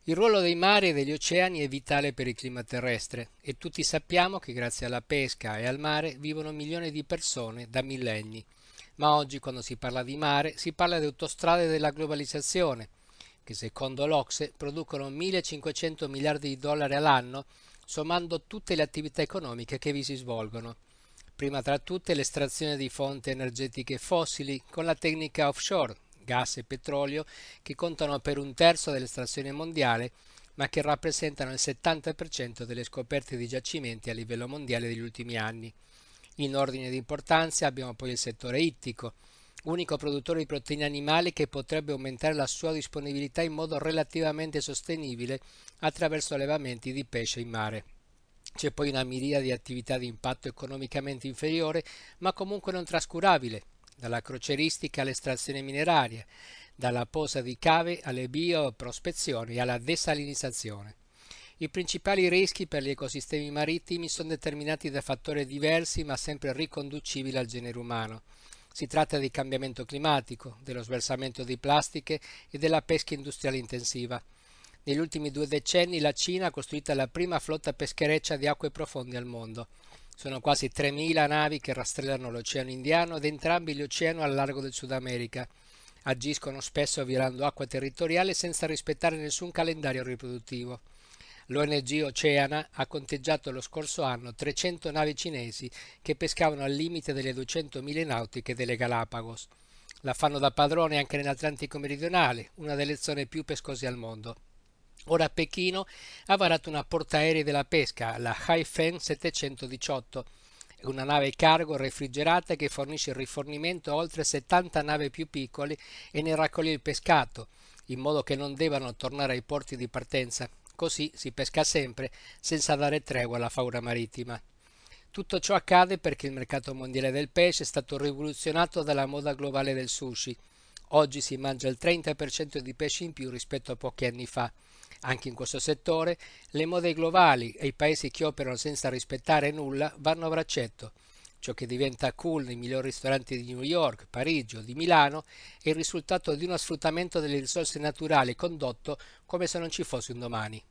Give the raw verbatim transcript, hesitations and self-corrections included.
Il ruolo dei mari e degli oceani è vitale per il clima terrestre e tutti sappiamo che grazie alla pesca e al mare vivono milioni di persone da millenni. Ma oggi quando si parla di mare si parla di autostrade della globalizzazione, che secondo l'Ocse producono millecinquecento miliardi di dollari all'anno, sommando tutte le attività economiche che vi si svolgono. Prima tra tutte l'estrazione di fonti energetiche fossili con la tecnica offshore, gas e petrolio, che contano per un terzo dell'estrazione mondiale, ma che rappresentano il settanta per cento delle scoperte di giacimenti a livello mondiale degli ultimi anni. In ordine di importanza abbiamo poi il settore ittico, unico produttore di proteine animali che potrebbe aumentare la sua disponibilità in modo relativamente sostenibile attraverso allevamenti di pesce in mare. C'è poi una miriade di attività di impatto economicamente inferiore, ma comunque non trascurabile, dalla crocieristica all'estrazione mineraria, dalla posa di cave alle bioprospezioni e alla desalinizzazione. I principali rischi per gli ecosistemi marittimi sono determinati da fattori diversi ma sempre riconducibili al genere umano. Si tratta di cambiamento climatico, dello sversamento di plastiche e della pesca industriale intensiva. Negli ultimi due decenni la Cina ha costruito la prima flotta peschereccia di acque profonde al mondo. Sono quasi tremila navi che rastrellano l'Oceano Indiano ed entrambi gli oceani al largo del Sud America. Agiscono spesso violando acqua territoriale senza rispettare nessun calendario riproduttivo. L'O N G Oceana ha conteggiato lo scorso anno trecento navi cinesi che pescavano al limite delle duecento miglia nautiche delle Galapagos. La fanno da padrone anche nell'Atlantico meridionale, una delle zone più pescose al mondo. Ora Pechino ha varato una portaerei della pesca, la Haifeng settecentodiciotto, una nave cargo refrigerata che fornisce il rifornimento a oltre settanta navi più piccole e ne raccoglie il pescato, in modo che non debbano tornare ai porti di partenza. Così si pesca sempre senza dare tregua alla fauna marittima. Tutto ciò accade perché il mercato mondiale del pesce è stato rivoluzionato dalla moda globale del sushi. Oggi si mangia il trenta per cento di pesce in più rispetto a pochi anni fa. Anche in questo settore le mode globali e i paesi che operano senza rispettare nulla vanno a braccetto. Ciò che diventa cool nei migliori ristoranti di New York, Parigi o di Milano è il risultato di uno sfruttamento delle risorse naturali condotto come se non ci fosse un domani.